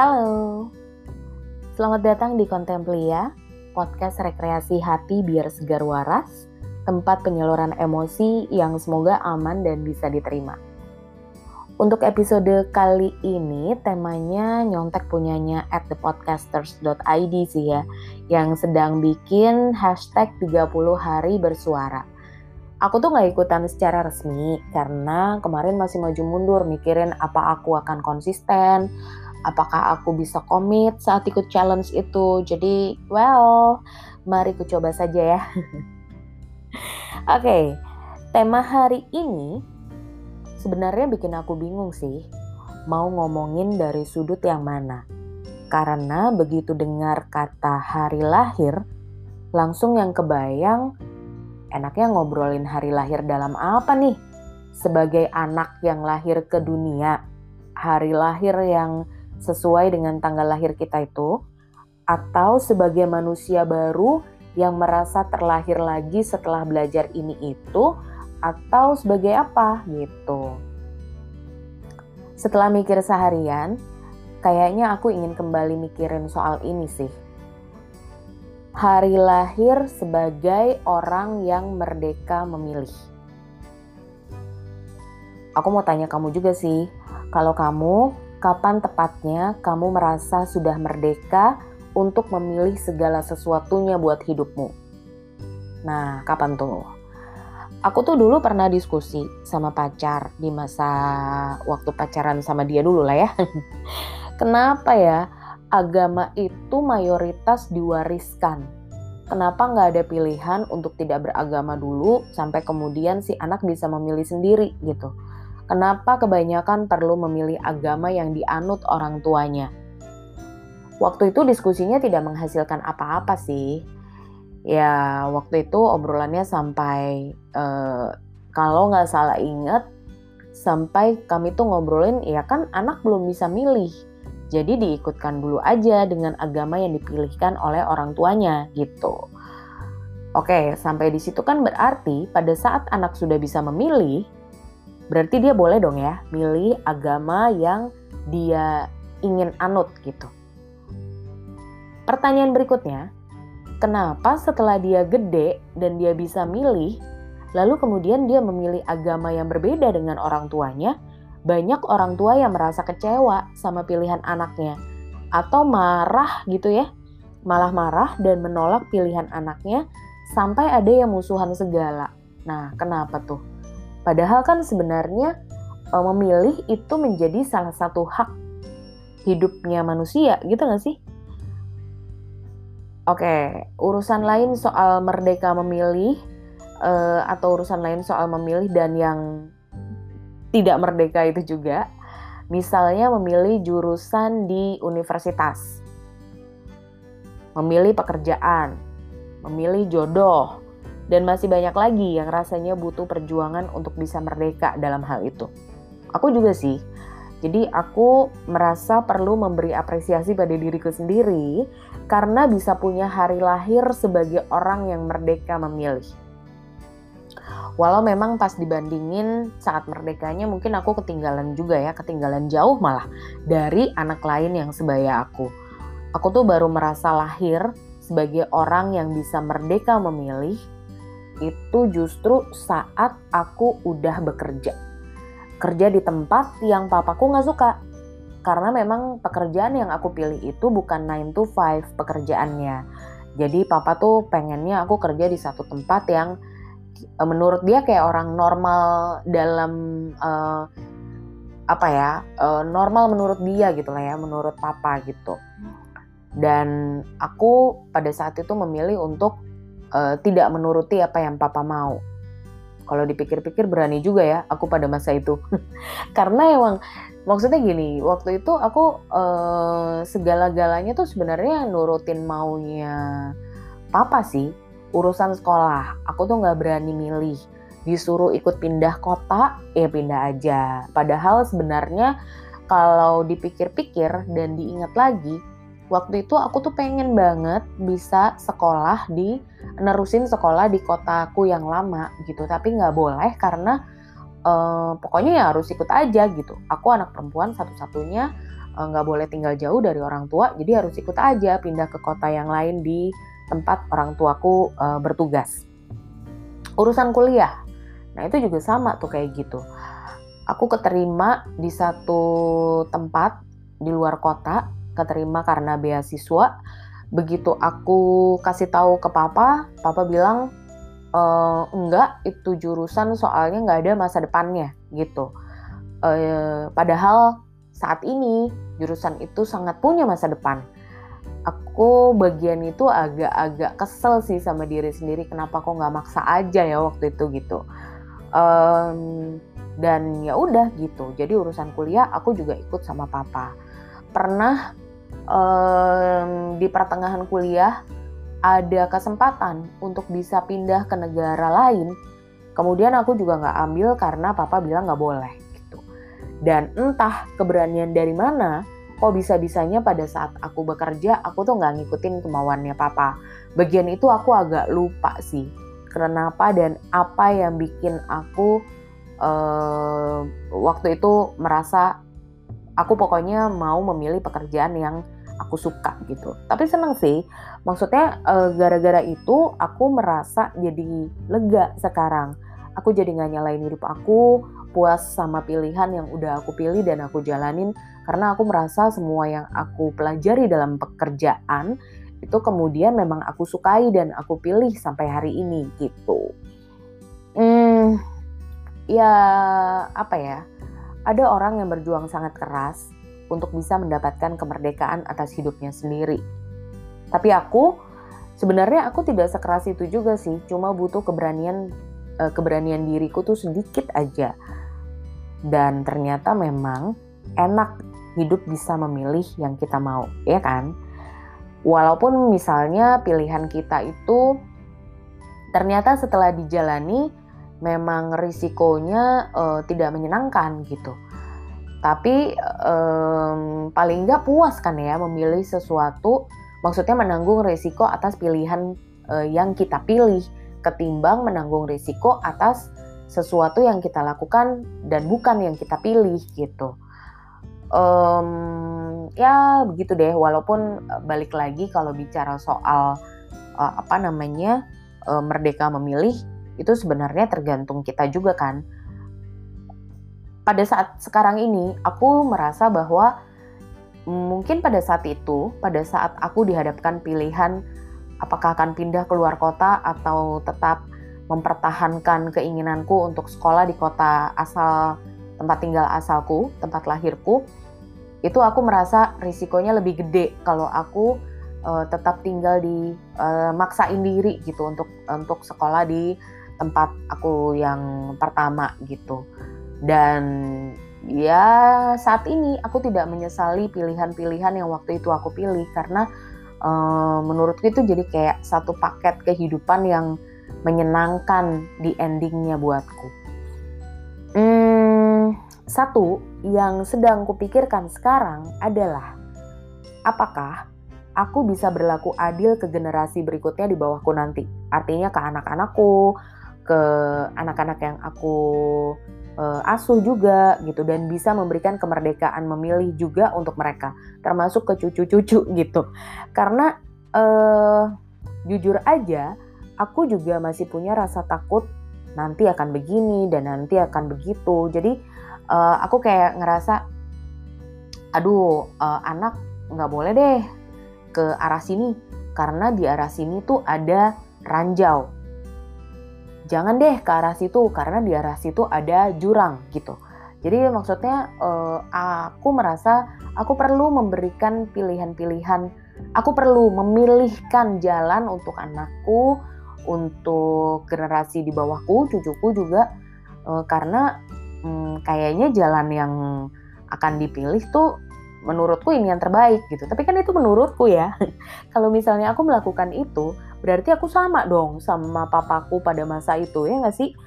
Halo, selamat datang di Kontemplia, podcast rekreasi hati biar segar waras, tempat penyaluran emosi yang semoga aman dan bisa diterima. Untuk episode kali ini, temanya nyontek punyanya @thepodcasters.id sih ya, yang sedang bikin hashtag 30 hari bersuara. Aku tuh gak ikutan secara resmi, karena kemarin masih maju mundur mikirin apa aku akan konsisten, apakah aku bisa komit saat ikut challenge itu. Jadi, mari ku coba saja ya. Oke, tema hari ini sebenarnya bikin aku bingung sih. Mau ngomongin dari sudut yang mana. Karena begitu dengar kata hari lahir, langsung yang kebayang, enaknya ngobrolin hari lahir dalam apa nih? Sebagai anak yang lahir ke dunia, hari lahir yang sesuai dengan tanggal lahir kita itu, atau sebagai manusia baru yang merasa terlahir lagi setelah belajar ini itu, atau sebagai apa gitu. Setelah mikir seharian, kayaknya aku ingin kembali mikirin soal ini sih. Hari lahir sebagai orang yang merdeka memilih. Aku mau tanya kamu juga sih, kalau kamu, kapan tepatnya kamu merasa sudah merdeka untuk memilih segala sesuatunya buat hidupmu? Nah, kapan tuh? Aku tuh dulu pernah diskusi sama pacar di masa waktu pacaran sama dia dulu lah ya. Kenapa ya agama itu mayoritas diwariskan? Kenapa nggak ada pilihan untuk tidak beragama dulu sampai kemudian si anak bisa memilih sendiri gitu? Kenapa kebanyakan perlu memilih agama yang dianut orang tuanya? Waktu itu diskusinya tidak menghasilkan apa-apa sih. Ya waktu itu obrolannya sampai kalau nggak salah ingat, sampai kami tuh ngobrolin ya kan anak belum bisa milih. Jadi diikutkan dulu aja dengan agama yang dipilihkan oleh orang tuanya gitu. Oke, sampai di situ kan berarti pada saat anak sudah bisa memilih, berarti dia boleh dong ya milih agama yang dia ingin anut gitu. Pertanyaan berikutnya, kenapa setelah dia gede dan dia bisa milih, lalu kemudian dia memilih agama yang berbeda dengan orang tuanya? Banyak orang tua yang merasa kecewa sama pilihan anaknya atau marah gitu ya, malah marah dan menolak pilihan anaknya sampai ada yang musuhan segala. Nah, kenapa tuh? Padahal kan sebenarnya memilih itu menjadi salah satu hak hidupnya manusia, gitu gak sih? Oke, urusan lain soal merdeka memilih atau urusan lain soal memilih dan yang tidak merdeka itu juga, misalnya memilih jurusan di universitas, memilih pekerjaan, memilih jodoh, dan masih banyak lagi yang rasanya butuh perjuangan untuk bisa merdeka dalam hal itu. Aku juga sih, jadi aku merasa perlu memberi apresiasi pada diriku sendiri karena bisa punya hari lahir sebagai orang yang merdeka memilih. Walau memang pas dibandingin saat merdekanya mungkin aku ketinggalan juga ya, ketinggalan jauh malah dari anak lain yang sebaya aku. Aku tuh baru merasa lahir sebagai orang yang bisa merdeka memilih itu justru saat aku udah bekerja. Kerja di tempat yang papaku gak suka. Karena memang pekerjaan yang aku pilih itu bukan 9 to 5 pekerjaannya. Jadi papa tuh pengennya aku kerja di satu tempat yang menurut dia kayak orang normal dalam normal menurut dia gitu lah ya, menurut papa gitu. Dan aku pada saat itu memilih untuk tidak menuruti apa yang papa mau. Kalau dipikir-pikir berani juga ya aku pada masa itu. Karena emang maksudnya gini, waktu itu aku segala-galanya tuh sebenarnya nurutin maunya papa sih. Urusan sekolah, aku tuh gak berani milih. Disuruh ikut pindah kota, ya pindah aja. Padahal sebenarnya kalau dipikir-pikir dan diingat lagi, waktu itu aku tuh pengen banget bisa nerusin sekolah di kotaku yang lama gitu. Tapi gak boleh karena pokoknya ya harus ikut aja gitu. Aku anak perempuan satu-satunya, nggak boleh tinggal jauh dari orang tua, jadi harus ikut aja pindah ke kota yang lain di tempat orang tuaku bertugas. Urusan kuliah, nah itu juga sama tuh kayak gitu. Aku keterima di satu tempat di luar kota, keterima karena beasiswa. Begitu aku kasih tahu ke papa bilang enggak, itu jurusan soalnya nggak ada masa depannya gitu. Padahal saat ini jurusan itu sangat punya masa depan. Aku bagian itu agak-agak kesel sih sama diri sendiri, kenapa kok nggak maksa aja ya waktu itu gitu. Dan ya udah gitu. Jadi urusan kuliah aku juga ikut sama papa. Pernah di pertengahan kuliah ada kesempatan untuk bisa pindah ke negara lain, kemudian aku juga nggak ambil karena papa bilang nggak boleh gitu. Dan entah keberanian dari mana, kok bisa-bisanya pada saat aku bekerja aku tuh nggak ngikutin kemauannya papa. Bagian itu aku agak lupa sih kenapa dan apa yang bikin aku waktu itu merasa aku pokoknya mau memilih pekerjaan yang aku suka gitu. Tapi seneng sih, maksudnya gara-gara itu aku merasa jadi lega sekarang. Aku jadi gak nyalain hidup aku, puas sama pilihan yang udah aku pilih dan aku jalanin. Karena aku merasa semua yang aku pelajari dalam pekerjaan itu kemudian memang aku sukai dan aku pilih sampai hari ini gitu. Ya apa ya, ada orang yang berjuang sangat keras untuk bisa mendapatkan kemerdekaan atas hidupnya sendiri. Tapi sebenarnya aku tidak sekeras itu juga sih, cuma butuh keberanian diriku tuh sedikit aja. Dan ternyata memang enak hidup bisa memilih yang kita mau, ya kan? Walaupun misalnya pilihan kita itu ternyata setelah dijalani memang risikonya tidak menyenangkan gitu. Tapi paling nggak puas kan ya memilih sesuatu, maksudnya menanggung risiko atas pilihan yang kita pilih ketimbang menanggung risiko atas sesuatu yang kita lakukan dan bukan yang kita pilih gitu. Ya begitu deh, walaupun balik lagi kalau bicara soal merdeka memilih, itu sebenarnya tergantung kita juga kan. Pada saat sekarang ini, aku merasa bahwa mungkin pada saat itu, pada saat aku dihadapkan pilihan apakah akan pindah ke luar kota atau tetap mempertahankan keinginanku untuk sekolah di kota asal, tempat tinggal asalku, tempat lahirku, itu aku merasa risikonya lebih gede kalau aku tetap tinggal di maksain diri gitu untuk sekolah di tempat aku yang pertama gitu. Dan ya saat ini aku tidak menyesali pilihan-pilihan yang waktu itu aku pilih, karena menurutku itu jadi kayak satu paket kehidupan yang menyenangkan di endingnya buatku. Satu yang sedang kupikirkan sekarang adalah apakah aku bisa berlaku adil ke generasi berikutnya di bawahku nanti. Artinya ke anak-anakku, ke anak-anak yang aku asuh juga gitu, dan bisa memberikan kemerdekaan memilih juga untuk mereka, termasuk ke cucu-cucu gitu. Karena jujur aja aku juga masih punya rasa takut nanti akan begini dan nanti akan begitu. Jadi aku kayak ngerasa anak nggak boleh deh ke arah sini karena di arah sini tuh ada ranjau. Jangan deh ke arah situ karena di arah situ ada jurang gitu. Jadi maksudnya aku merasa aku perlu memberikan pilihan-pilihan, aku perlu memilihkan jalan untuk anakku, untuk generasi di bawahku, cucuku juga, karena kayaknya jalan yang akan dipilih tuh menurutku ini yang terbaik gitu. Tapi kan itu menurutku ya. Kalau misalnya aku melakukan itu, berarti aku sama dong sama papaku pada masa itu, ya nggak sih?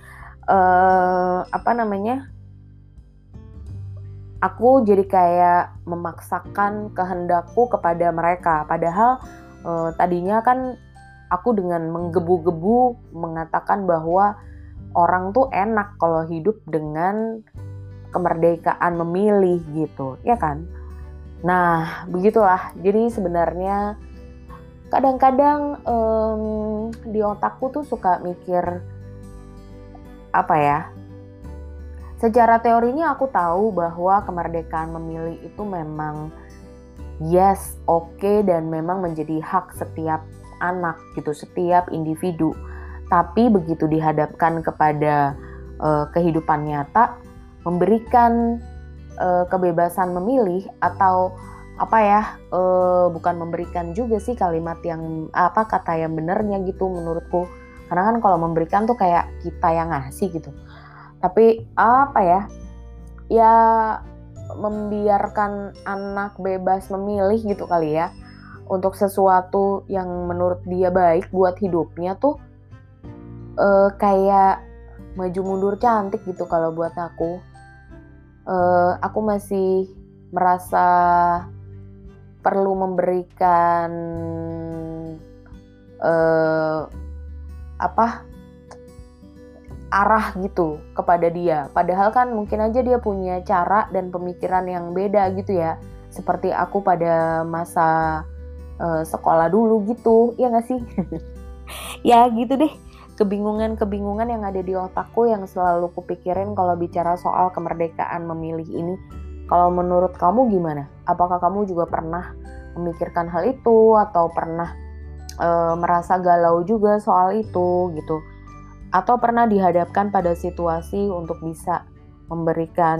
Aku jadi kayak memaksakan kehendakku kepada mereka. Padahal tadinya kan aku dengan menggebu-gebu mengatakan bahwa orang tuh enak kalau hidup dengan kemerdekaan memilih gitu, ya kan? Nah, begitulah. Jadi sebenarnya kadang-kadang di otakku tuh suka mikir, apa ya, secara teorinya aku tahu bahwa kemerdekaan memilih itu memang yes, oke, dan memang menjadi hak setiap anak gitu, setiap individu. Tapi begitu dihadapkan kepada kehidupan nyata, memberikan kebebasan memilih atau apa ya, bukan memberikan juga sih kalimat yang kata yang benernya gitu menurutku. Karena kan kalau memberikan tuh kayak kita yang ngasih gitu. Tapi apa ya? Ya membiarkan anak bebas memilih gitu kali ya. Untuk sesuatu yang menurut dia baik buat hidupnya tuh kayak maju mundur cantik gitu kalau buat aku. Aku masih merasa perlu memberikan arah gitu kepada dia. Padahal kan mungkin aja dia punya cara dan pemikiran yang beda gitu ya. Seperti aku pada masa sekolah dulu gitu, ya nggak sih? Ya gitu deh, kebingungan-kebingungan yang ada di otakku yang selalu kupikirin kalau bicara soal kemerdekaan memilih ini. Kalau menurut kamu gimana? Apakah kamu juga pernah memikirkan hal itu atau pernah merasa galau juga soal itu gitu? Atau pernah dihadapkan pada situasi untuk bisa memberikan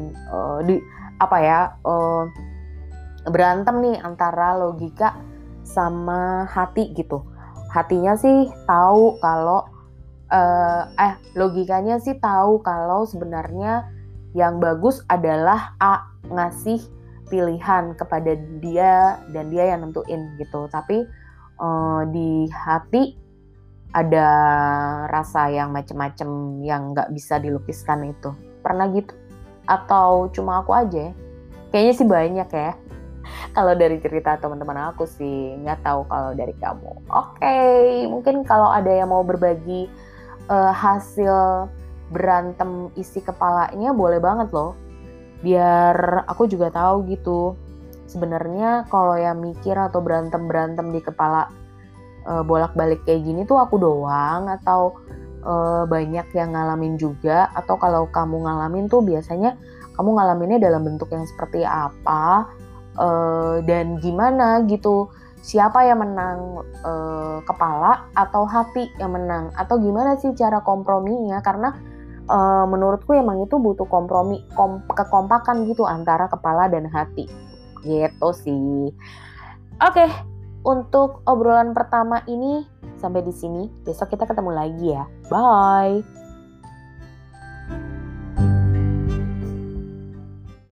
berantem nih antara logika sama hati gitu. Hatinya sih tahu kalau logikanya sih tahu kalau sebenarnya yang bagus adalah A, ngasih pilihan kepada dia dan dia yang nentuin gitu. Tapi di hati ada rasa yang macem-macem yang nggak bisa dilukiskan itu. Pernah gitu? Atau cuma aku aja? Kayaknya sih banyak ya. Kalau dari cerita teman-teman aku sih, nggak tahu kalau dari kamu. Oke, mungkin kalau ada yang mau berbagi hasil berantem isi kepalanya boleh banget loh. Biar aku juga tahu gitu. Sebenarnya kalau yang mikir atau berantem di kepala bolak-balik kayak gini tuh aku doang atau banyak yang ngalamin juga, atau kalau kamu ngalamin tuh biasanya kamu ngalaminnya dalam bentuk yang seperti apa dan gimana gitu, siapa yang menang, kepala atau hati yang menang, atau gimana sih cara komprominya, karena menurutku emang itu butuh kompromi, kekompakan gitu antara kepala dan hati gitu sih. Oke. Untuk obrolan pertama ini sampai di sini. Besok kita ketemu lagi ya. Bye.